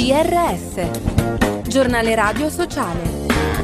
GRS, Giornale Radio Sociale.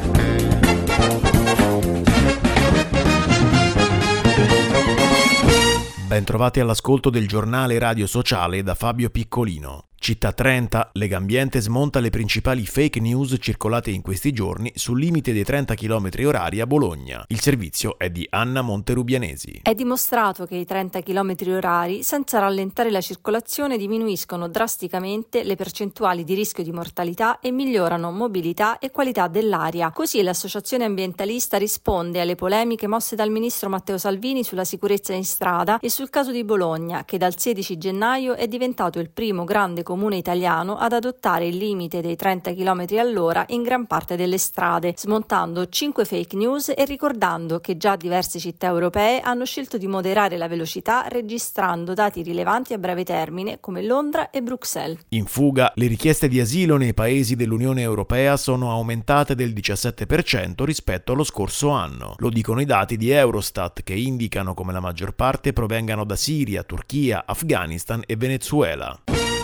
Bentrovati all'ascolto del Giornale Radio Sociale da Fabio Piccolino. Città 30, Legambiente smonta le principali fake news circolate in questi giorni sul limite dei 30 km/h a Bologna. Il servizio è di Anna Monterubianesi. È dimostrato che i 30 km/h senza rallentare la circolazione diminuiscono drasticamente le percentuali di rischio di mortalità e migliorano mobilità e qualità dell'aria. Così l'associazione ambientalista risponde alle polemiche mosse dal ministro Matteo Salvini sulla sicurezza in strada e sul caso di Bologna, che dal 16 gennaio è diventato il primo grande comune italiano ad adottare il limite dei 30 km/h in gran parte delle strade, smontando 5 fake news e ricordando che già diverse città europee hanno scelto di moderare la velocità registrando dati rilevanti a breve termine come Londra e Bruxelles. In fuga, le richieste di asilo nei paesi dell'Unione Europea sono aumentate del 17% rispetto allo scorso anno. Lo dicono i dati di Eurostat, che indicano come la maggior parte provengano da Siria, Turchia, Afghanistan e Venezuela.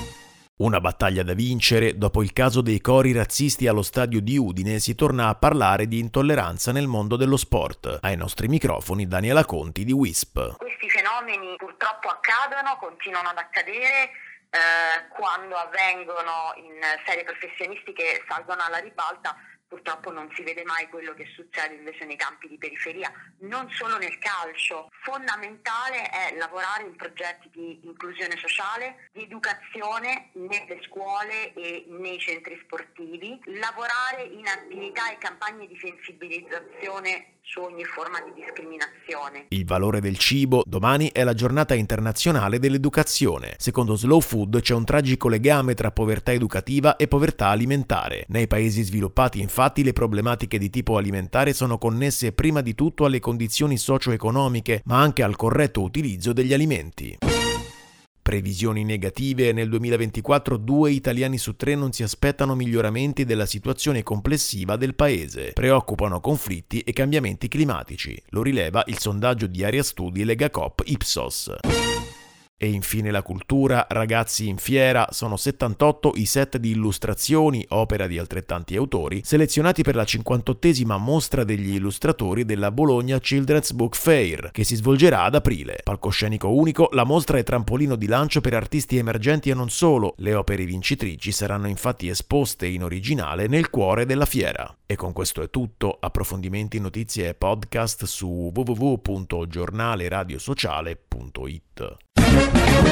Una battaglia da vincere. Dopo il caso dei cori razzisti allo stadio di Udine si torna a parlare di intolleranza nel mondo dello sport. Ai nostri microfoni Daniela Conti di WISP. Questi fenomeni purtroppo accadono, continuano ad accadere quando avvengono in serie professionisti che salgono alla ribalta. Purtroppo non si vede mai quello che succede invece nei campi di periferia, non solo nel calcio. Fondamentale è lavorare in progetti di inclusione sociale, di educazione nelle scuole e nei centri sportivi, lavorare in attività e campagne di sensibilizzazione su ogni forma di discriminazione. Il valore del cibo. Domani è la giornata internazionale dell'educazione. Secondo Slow Food c'è un tragico legame tra povertà educativa e povertà alimentare. Nei paesi sviluppati infatti le problematiche di tipo alimentare sono connesse prima di tutto alle condizioni socio-economiche, ma anche al corretto utilizzo degli alimenti. Previsioni negative. Nel 2024 2 italiani su 3 non si aspettano miglioramenti della situazione complessiva del paese. Preoccupano conflitti e cambiamenti climatici. Lo rileva il sondaggio di Area Studi Legacoop Ipsos. E infine la cultura. Ragazzi in fiera. Sono 78 i set di illustrazioni, opera di altrettanti autori, selezionati per la 58esima mostra degli illustratori della Bologna Children's Book Fair, che si svolgerà ad aprile. Palcoscenico unico, la mostra è trampolino di lancio per artisti emergenti e non solo. Le opere vincitrici saranno infatti esposte in originale nel cuore della fiera. E con questo è tutto. Approfondimenti, notizie e podcast su www.giornaleradiosociale.it.